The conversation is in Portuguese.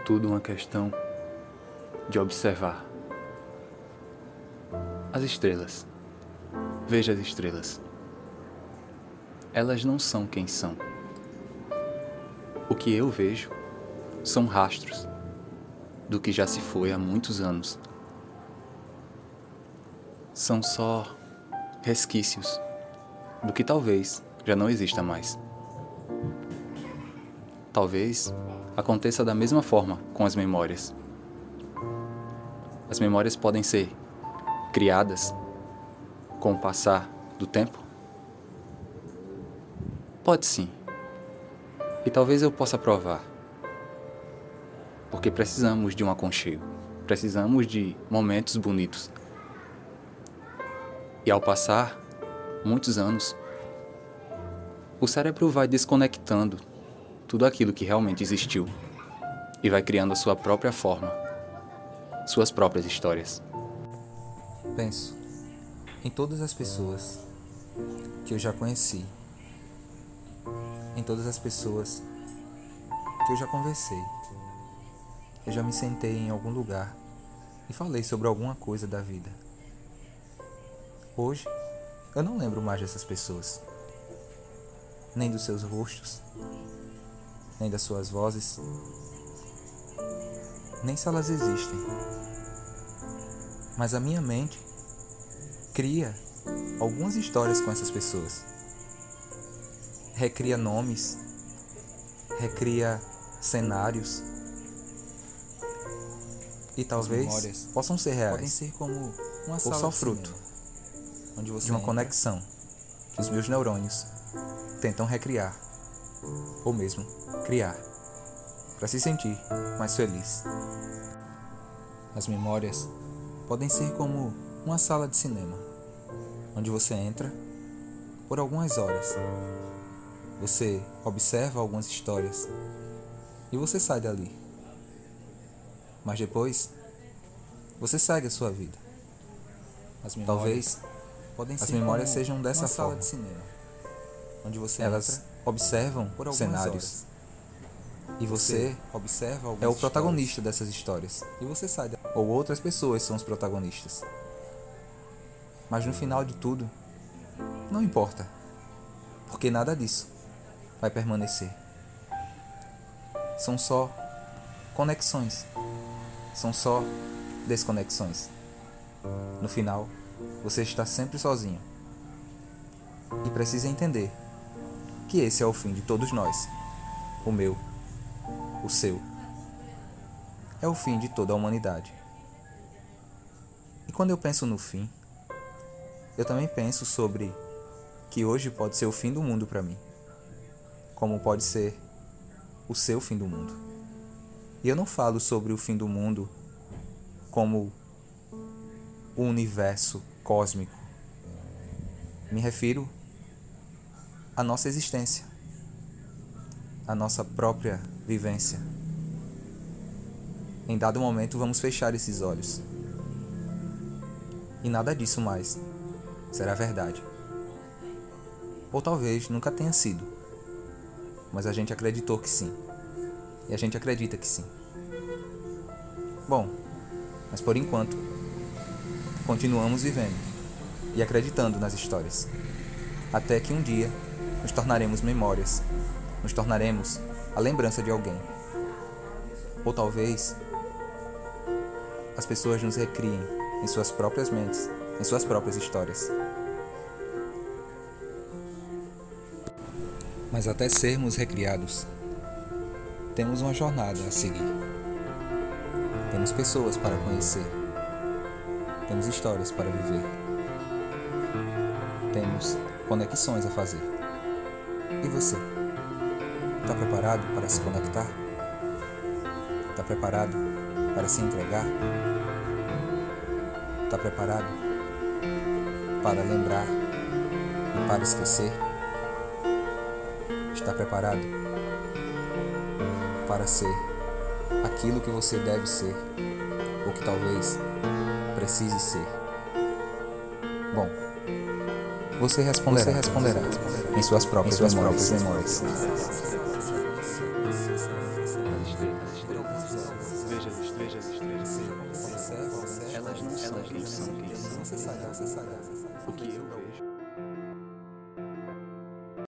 tudo uma questão de observar as estrelas. Veja as estrelas. Elas não são quem são. O que eu vejo são rastros do que já se foi há muitos anos. São só resquícios do que talvez já não exista mais. Talvez aconteça da mesma forma com as memórias. As memórias podem ser criadas com o passar do tempo? Pode sim. E talvez eu possa provar. Porque precisamos de um aconchego. Precisamos de momentos bonitos. E ao passar muitos anos, o cérebro vai desconectando tudo aquilo que realmente existiu e vai criando a sua própria forma, suas próprias histórias. Penso em todas as pessoas que eu já conheci, em todas as pessoas que eu já conversei. Eu já me sentei em algum lugar e falei sobre alguma coisa da vida. Hoje, eu não lembro mais dessas pessoas, nem dos seus rostos, nem das suas vozes, nem se elas existem. Mas a minha mente cria algumas histórias com essas pessoas. Recria nomes, recria cenários e talvez possam ser reais. Podem ser como uma sala ou só fruto onde você de uma conexão que os meus neurônios tentam recriar ou mesmo criar para se sentir mais feliz. As memórias podem ser como uma sala de cinema onde você entra por algumas horas. Você observa algumas histórias e você sai dali. Mas depois, você segue a sua vida. Talvez as memórias sejam dessa forma. Sala de cinema, onde você elas observam por cenários e você observa é o protagonista dessas histórias. E você sai dali. Ou outras pessoas são os protagonistas. Mas no final de tudo, não importa, porque nada disso vai permanecer. São só conexões, são só desconexões. No final, você está sempre sozinho e precisa entender que esse é o fim de todos nós. O meu, o seu, é o fim de toda a humanidade. E quando eu penso no fim, eu também penso sobre que hoje pode ser o fim do mundo para mim, como pode ser o seu fim do mundo. E eu não falo sobre o fim do mundo como o universo cósmico. Me refiro à nossa existência, à nossa própria vivência. Em dado momento vamos fechar esses olhos e nada disso mais será verdade. Ou talvez nunca tenha sido, mas a gente acreditou que sim. E a gente acredita que sim. Bom, mas por enquanto, continuamos vivendo e acreditando nas histórias. Até que um dia nos tornaremos memórias, nos tornaremos a lembrança de alguém. Ou talvez as pessoas nos recriem em suas próprias mentes, em suas próprias histórias. Mas até sermos recriados, temos uma jornada a seguir. Temos pessoas para conhecer. Temos histórias para viver. Temos conexões a fazer. E você? Está preparado para se conectar? Está preparado para se entregar? Está preparado para lembrar e para esquecer? Está preparado para ser aquilo que você deve ser, ou que talvez precise ser? Bom, você responderá em suas próprias memórias. Seja como você é, elas não são quem são. Você sabe. O que eu vejo